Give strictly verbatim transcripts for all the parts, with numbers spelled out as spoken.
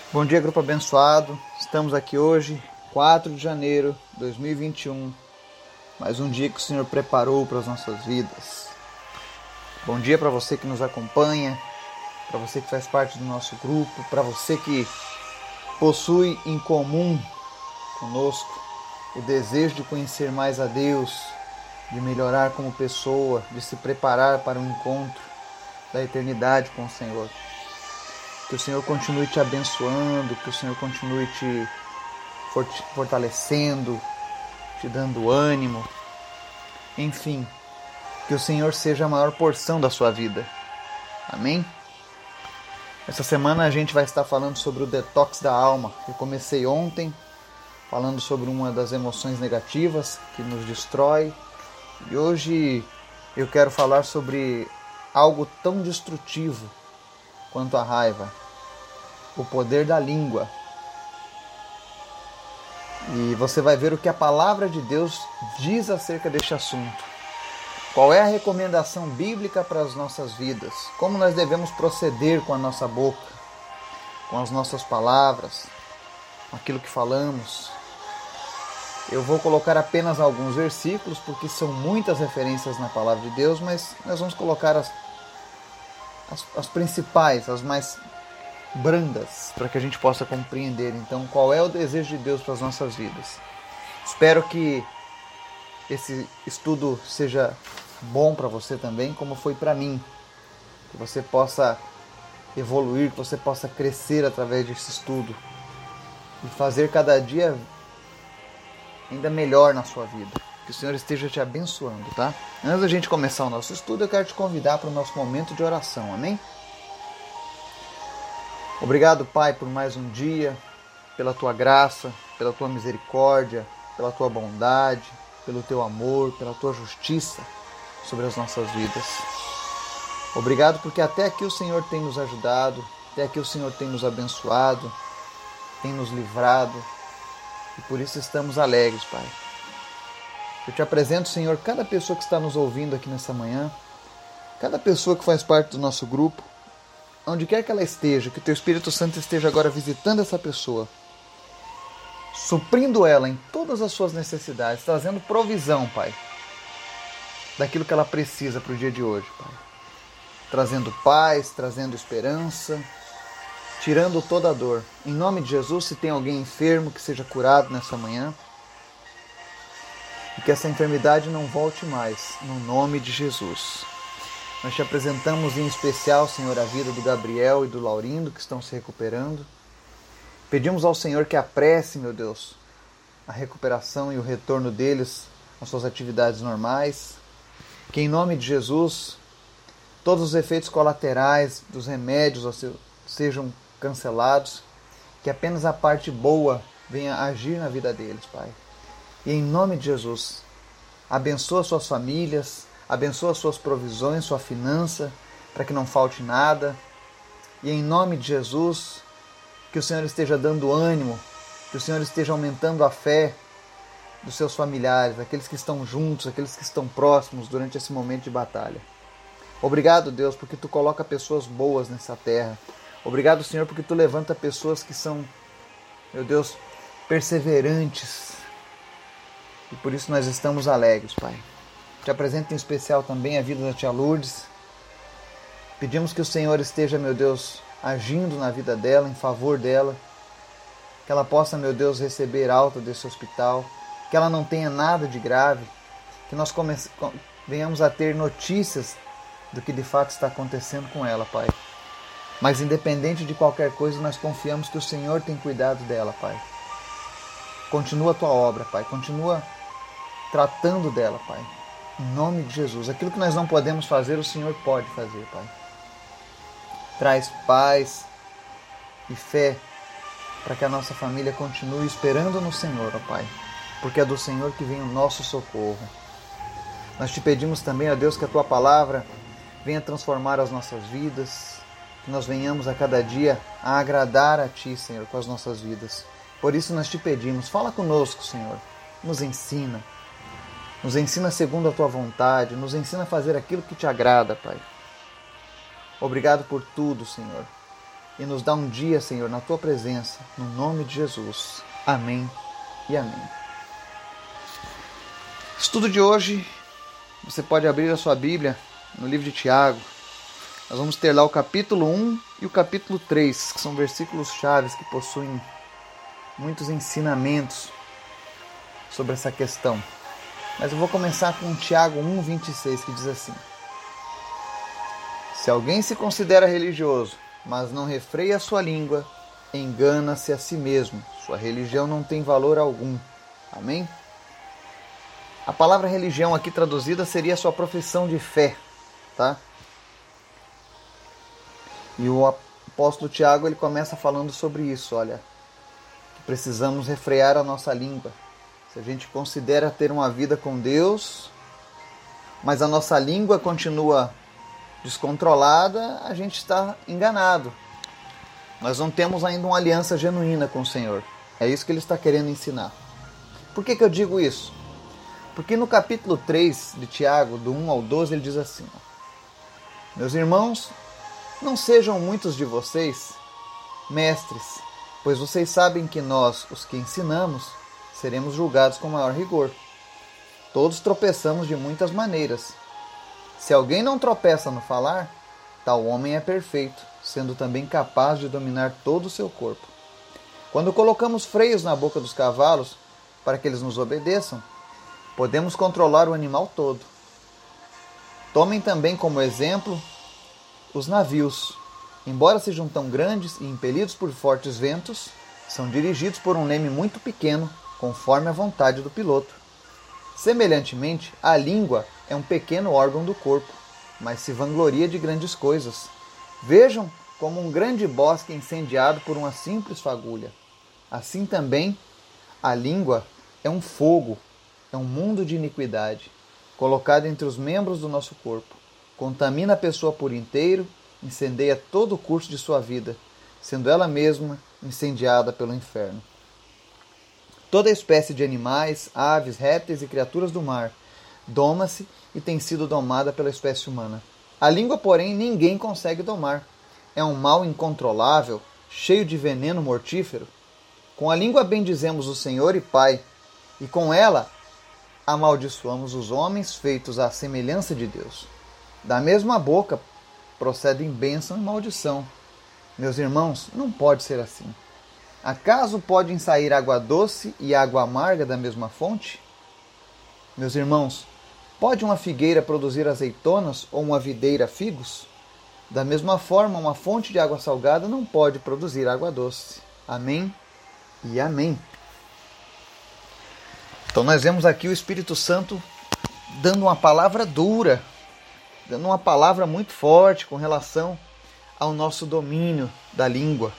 Bom dia, grupo abençoado. Estamos aqui hoje, quatro de janeiro de dois mil e vinte e um. Mais um dia que o Senhor preparou para as nossas vidas. Bom dia para você que nos acompanha, para você que faz parte do nosso grupo, para você que possui em comum conosco o desejo de conhecer mais a Deus, de melhorar como pessoa, de se preparar para o encontro da eternidade com o Senhor. Que o Senhor continue te abençoando, que o Senhor continue te fortalecendo, te dando ânimo. Enfim, que o Senhor seja a maior porção da sua vida. Amém? Essa semana a gente vai estar falando sobre o detox da alma. Eu comecei ontem falando sobre uma das emoções negativas que nos destrói. E hoje eu quero falar sobre algo tão destrutivo quanto a raiva, o poder da língua. E você vai ver o que a palavra de Deus diz acerca deste assunto. Qual é a recomendação bíblica para as nossas vidas? Como nós devemos proceder com a nossa boca, com as nossas palavras, com aquilo que falamos. Eu vou colocar apenas alguns versículos, porque são muitas referências na palavra de Deus, mas nós vamos colocar as As, as principais, as mais brandas, para que a gente possa compreender, então, qual é o desejo de Deus para as nossas vidas. Espero que esse estudo seja bom para você também, como foi para mim. Que você possa evoluir, que você possa crescer através desse estudo e fazer cada dia ainda melhor na sua vida. Que o Senhor esteja te abençoando, tá? Antes da gente começar o nosso estudo, eu quero te convidar para o nosso momento de oração, amém? Obrigado, Pai, por mais um dia, pela Tua graça, pela Tua misericórdia, pela Tua bondade, pelo Teu amor, pela Tua justiça sobre as nossas vidas. Obrigado porque até aqui o Senhor tem nos ajudado, até aqui o Senhor tem nos abençoado, tem nos livrado, e por isso estamos alegres, Pai. Eu te apresento, Senhor, cada pessoa que está nos ouvindo aqui nessa manhã, cada pessoa que faz parte do nosso grupo, onde quer que ela esteja, que o Teu Espírito Santo esteja agora visitando essa pessoa, suprindo ela em todas as suas necessidades, trazendo provisão, Pai, daquilo que ela precisa para o dia de hoje, Pai. Trazendo paz, trazendo esperança, tirando toda a dor. Em nome de Jesus, se tem alguém enfermo, que seja curado nessa manhã, e que essa enfermidade não volte mais, no nome de Jesus. Nós te apresentamos em especial, Senhor, a vida do Gabriel e do Laurindo, que estão se recuperando. Pedimos ao Senhor que apresse, meu Deus, a recuperação e o retorno deles às suas atividades normais. Que em nome de Jesus, todos os efeitos colaterais dos remédios sejam cancelados. Que apenas a parte boa venha agir na vida deles, Pai. E em nome de Jesus, abençoa suas famílias, abençoa suas provisões, sua finança, para que não falte nada. E em nome de Jesus, que o Senhor esteja dando ânimo, que o Senhor esteja aumentando a fé dos seus familiares, aqueles que estão juntos, aqueles que estão próximos durante esse momento de batalha. Obrigado, Deus, porque Tu coloca pessoas boas nessa terra. Obrigado, Senhor, porque Tu levanta pessoas que são, meu Deus, perseverantes. E por isso nós estamos alegres, Pai. Te apresento em especial também a vida da tia Lourdes. Pedimos que o Senhor esteja, meu Deus, agindo na vida dela, em favor dela. Que ela possa, meu Deus, receber alta desse hospital. Que ela não tenha nada de grave. Que nós comece... venhamos a ter notícias do que de fato está acontecendo com ela, Pai. Mas independente de qualquer coisa, nós confiamos que o Senhor tem cuidado dela, Pai. Continua a Tua obra, Pai. Continua tratando dela, Pai. Em nome de Jesus. Aquilo que nós não podemos fazer, o Senhor pode fazer, Pai. Traz paz e fé para que a nossa família continue esperando no Senhor, ó Pai. Porque é do Senhor que vem o nosso socorro. Nós te pedimos também, ó Deus, que a Tua palavra venha transformar as nossas vidas, que nós venhamos a cada dia a agradar a Ti, Senhor, com as nossas vidas. Por isso nós te pedimos, fala conosco, Senhor, nos ensina. Nos ensina segundo a Tua vontade, nos ensina a fazer aquilo que Te agrada, Pai. Obrigado por tudo, Senhor. e nos dá um dia, Senhor, na Tua presença, no nome de Jesus. Amém e amém. Estudo de hoje, você pode abrir a sua Bíblia no livro de Tiago. Nós vamos ter lá o capítulo um e o capítulo três, que são versículos chaves que possuem muitos ensinamentos sobre essa questão. Mas eu vou começar com Tiago um, vinte e seis, que diz assim: se alguém se considera religioso, mas não refreia a sua língua, engana-se a si mesmo. Sua religião não tem valor algum. Amém? A palavra religião aqui traduzida seria a sua profissão de fé, tá? E o apóstolo Tiago, ele começa falando sobre isso, olha, que precisamos refrear a nossa língua. Se a gente considera ter uma vida com Deus, mas a nossa língua continua descontrolada, a gente está enganado. Nós não temos ainda uma aliança genuína com o Senhor. É isso que ele está querendo ensinar. Por que que eu digo isso? Porque no capítulo três de Tiago, do um ao doze, ele diz assim: meus irmãos, não sejam muitos de vocês mestres, pois vocês sabem que nós, os que ensinamos, seremos julgados com maior rigor. Todos tropeçamos de muitas maneiras. Se alguém não tropeça no falar, tal homem é perfeito, sendo também capaz de dominar todo o seu corpo. Quando colocamos freios na boca dos cavalos, para que eles nos obedeçam, podemos controlar o animal todo. Tomem também como exemplo os navios. Embora sejam tão grandes e impelidos por fortes ventos, são dirigidos por um leme muito pequeno, conforme a vontade do piloto. Semelhantemente, a língua é um pequeno órgão do corpo, mas se vangloria de grandes coisas. Vejam como um grande bosque incendiado por uma simples fagulha. Assim também, a língua é um fogo, é um mundo de iniquidade, colocado entre os membros do nosso corpo. Contamina a pessoa por inteiro, incendeia todo o curso de sua vida, sendo ela mesma incendiada pelo inferno. Toda espécie de animais, aves, répteis e criaturas do mar doma-se e tem sido domada pela espécie humana. A língua, porém, ninguém consegue domar. É um mal incontrolável, cheio de veneno mortífero. Com a língua bendizemos o Senhor e Pai, e com ela amaldiçoamos os homens feitos à semelhança de Deus. Da mesma boca procedem bênção e maldição. Meus irmãos, não pode ser assim. Acaso podem sair água doce e água amarga da mesma fonte? Meus irmãos, pode uma figueira produzir azeitonas ou uma videira figos? Da mesma forma, uma fonte de água salgada não pode produzir água doce. Amém e amém. Então nós vemos aqui o Espírito Santo dando uma palavra dura, dando uma palavra muito forte com relação ao nosso domínio da língua.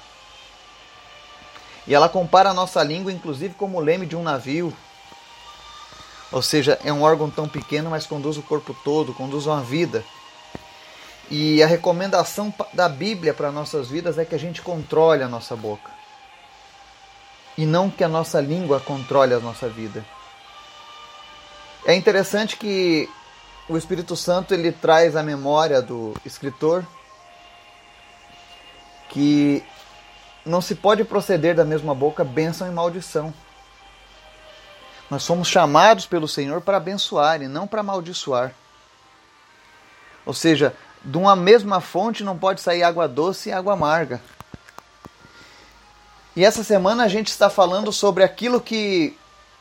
E ela compara a nossa língua, inclusive, como o leme de um navio. Ou seja, é um órgão tão pequeno, mas conduz o corpo todo, conduz uma vida. E a recomendação da Bíblia para nossas vidas é que a gente controle a nossa boca. E não que a nossa língua controle a nossa vida. É interessante que o Espírito Santo ele traz à memória do escritor que não se pode proceder da mesma boca bênção e maldição. Nós somos chamados pelo Senhor para abençoar e não para amaldiçoar. Ou seja, de uma mesma fonte não pode sair água doce e água amarga. E essa semana a gente está falando sobre aquilo que,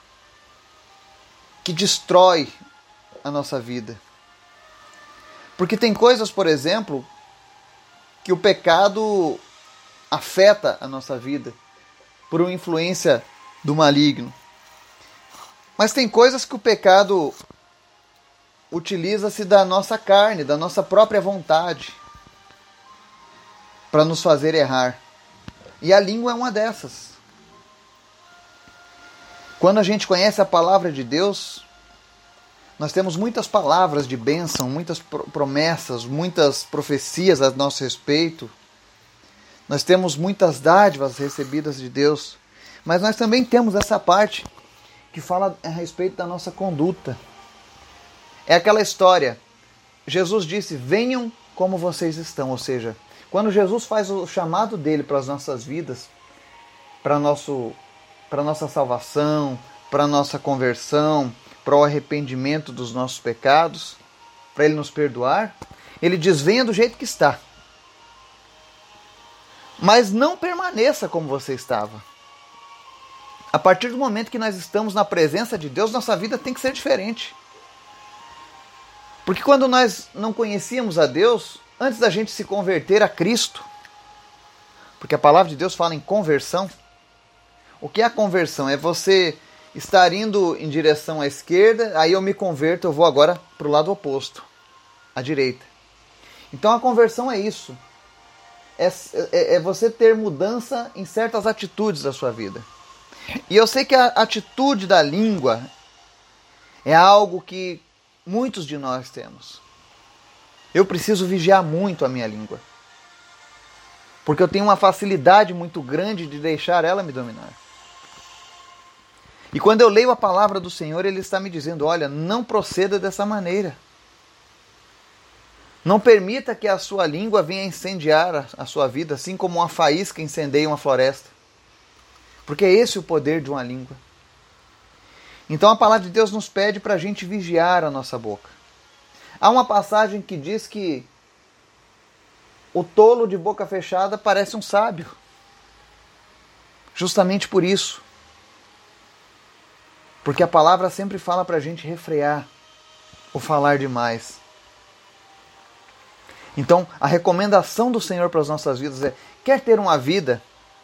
que destrói a nossa vida. Porque tem coisas, por exemplo, que o pecado afeta a nossa vida por uma influência do maligno. Mas tem coisas que o pecado utiliza-se da nossa carne, da nossa própria vontade, para nos fazer errar. E a língua é uma dessas. Quando a gente conhece a palavra de Deus, nós temos muitas palavras de bênção, muitas promessas, muitas profecias a nosso respeito. Nós temos muitas dádivas recebidas de Deus. Mas nós também temos essa parte que fala a respeito da nossa conduta. É aquela história. Jesus disse, venham como vocês estão. Ou seja, Quando Jesus faz o chamado dele para as nossas vidas, para nosso, para nossa salvação, para nossa conversão, para o arrependimento dos nossos pecados, para Ele nos perdoar, Ele diz: venha do jeito que está. Mas não permaneça como você estava. A partir do momento que nós estamos na presença de Deus, nossa vida tem que ser diferente. Porque quando nós não conhecíamos a Deus, antes da gente se converter a Cristo, porque a palavra de Deus fala em conversão, o que é a conversão? É você estar indo em direção à esquerda, aí eu me converto, eu vou agora para o lado oposto, à direita. Então a conversão é isso. É, é, é você ter mudança em certas atitudes da sua vida. E eu sei que a atitude da língua é algo que muitos de nós temos. Eu preciso vigiar muito a minha língua. Porque eu tenho uma facilidade muito grande de deixar ela me dominar. E quando eu leio a palavra do Senhor, Ele está me dizendo: olha, não proceda dessa maneira. Não permita que a sua língua venha incendiar a sua vida, assim como uma faísca incendeia uma floresta. Porque é esse o poder de uma língua. Então a palavra de Deus nos pede para a gente vigiar a nossa boca. Há uma passagem que diz que o tolo de boca fechada parece um sábio. Justamente por isso. Porque a palavra sempre fala para a gente refrear o falar demais. Então, a recomendação do Senhor para as nossas vidas é: quer ter uma vida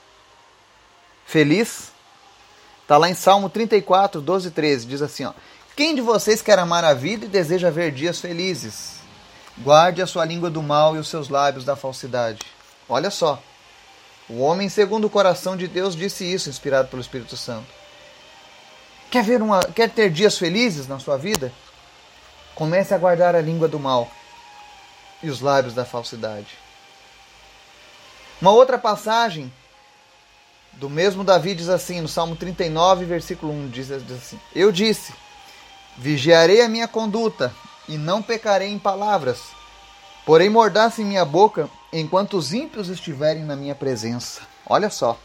feliz? Está lá em Salmo trinta e quatro, doze e treze, diz assim, ó: quem de vocês quer amar a vida e deseja ver dias felizes? Guarde a sua língua do mal e os seus lábios da falsidade. Olha só, o homem segundo o coração de Deus disse isso, inspirado pelo Espírito Santo. Quer, ver uma, quer ter dias felizes na sua vida? Comece a guardar a língua do mal e os lábios da falsidade. Uma outra passagem do mesmo Davi diz assim, no Salmo trinta e nove, versículo um, diz, diz assim: eu disse, vigiarei a minha conduta e não pecarei em palavras, porém mordaça em minha boca enquanto os ímpios estiverem na minha presença. Olha só.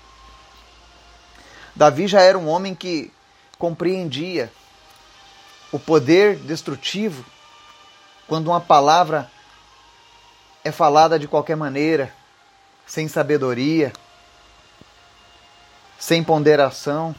Davi já era um homem que compreendia o poder destrutivo quando uma palavra é falada de qualquer maneira, sem sabedoria, sem ponderação.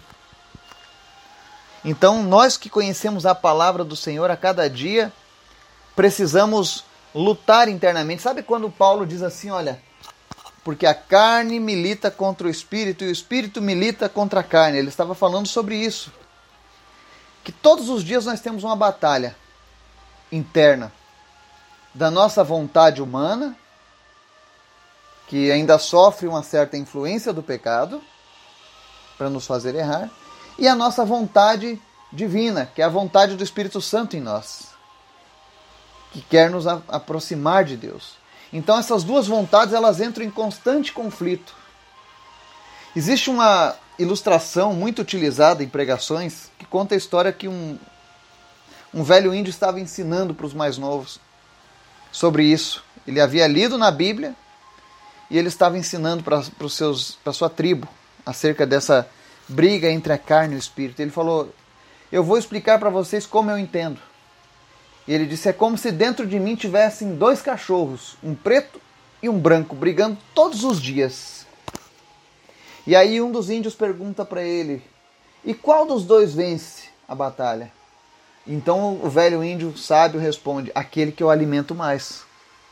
Então, nós que conhecemos a palavra do Senhor a cada dia, precisamos lutar internamente. Sabe quando Paulo diz assim, olha, porque a carne milita contra o espírito e o espírito milita contra a carne. Ele estava falando sobre isso. Que todos os dias nós temos uma batalha interna da nossa vontade humana, que ainda sofre uma certa influência do pecado, para nos fazer errar, e a nossa vontade divina, que é a vontade do Espírito Santo em nós, que quer nos a- aproximar de Deus. Então essas duas vontades, elas entram em constante conflito. Existe uma ilustração muito utilizada em pregações que conta a história que um, um velho índio estava ensinando para os mais novos sobre isso. Ele havia lido na Bíblia e ele estava ensinando para a sua tribo acerca dessa briga entre a carne e o espírito. Ele falou, eu vou explicar para vocês como eu entendo. E ele disse, é como se dentro de mim tivessem dois cachorros, um preto e um branco, brigando todos os dias. E aí um dos índios pergunta para ele, e qual dos dois vence a batalha? Então o velho índio sábio responde, aquele que eu alimento mais.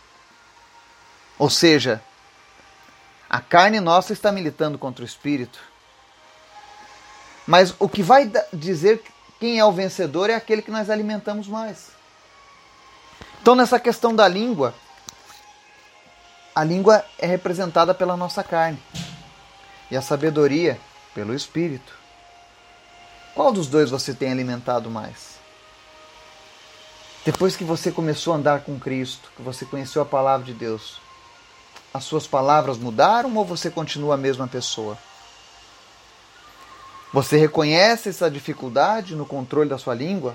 Ou seja, a carne nossa está militando contra o espírito. Mas o que vai dizer quem é o vencedor é aquele que nós alimentamos mais. Então nessa questão da língua, a língua é representada pela nossa carne. E a sabedoria pelo espírito. Qual dos dois você tem alimentado mais? Depois que você começou a andar com Cristo, que você conheceu a palavra de Deus, as suas palavras mudaram ou você continua a mesma pessoa? Você reconhece essa dificuldade no controle da sua língua?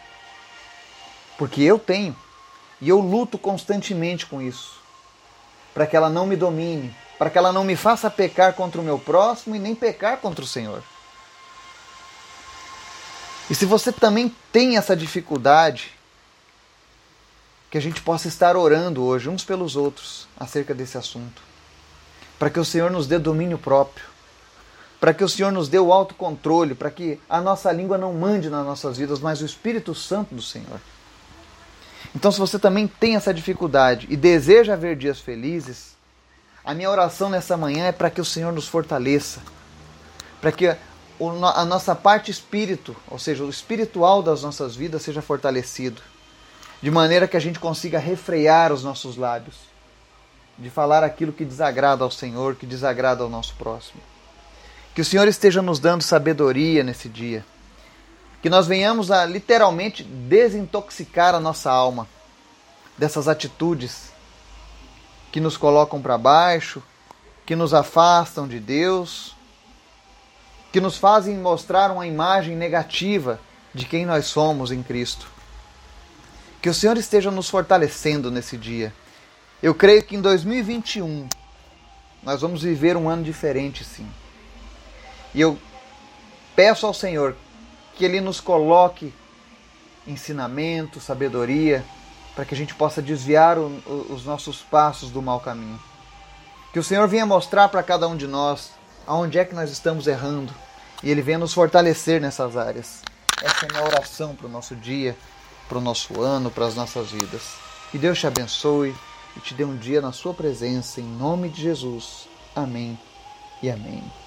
Porque eu tenho. E eu luto constantemente com isso. para que ela não me domine, para que ela não me faça pecar contra o meu próximo e nem pecar contra o Senhor. E se você também tem essa dificuldade, que a gente possa estar orando hoje uns pelos outros acerca desse assunto, para que o Senhor nos dê domínio próprio, para que o Senhor nos dê o autocontrole, para que a nossa língua não mande nas nossas vidas, mas o Espírito Santo do Senhor. Então, se você também tem essa dificuldade e deseja ver dias felizes, a minha oração nessa manhã é para que o Senhor nos fortaleça, para que a nossa parte espírito, ou seja, o espiritual das nossas vidas seja fortalecido, de maneira que a gente consiga refrear os nossos lábios, de falar aquilo que desagrada ao Senhor, que desagrada ao nosso próximo. Que o Senhor esteja nos dando sabedoria nesse dia, que nós venhamos a literalmente desintoxicar a nossa alma dessas atitudes que nos colocam para baixo, que nos afastam de Deus, que nos fazem mostrar uma imagem negativa de quem nós somos em Cristo. Que o Senhor esteja nos fortalecendo nesse dia. Eu creio que em dois mil e vinte e um nós vamos viver um ano diferente, sim. E eu peço ao Senhor que Ele nos coloque ensinamento, sabedoria, para que a gente possa desviar o, o, os nossos passos do mau caminho. Que o Senhor venha mostrar para cada um de nós aonde é que nós estamos errando e Ele venha nos fortalecer nessas áreas. Essa é a minha oração para o nosso dia, para o nosso ano, para as nossas vidas. Que Deus te abençoe e te dê um dia na sua presença, em nome de Jesus. Amém e amém.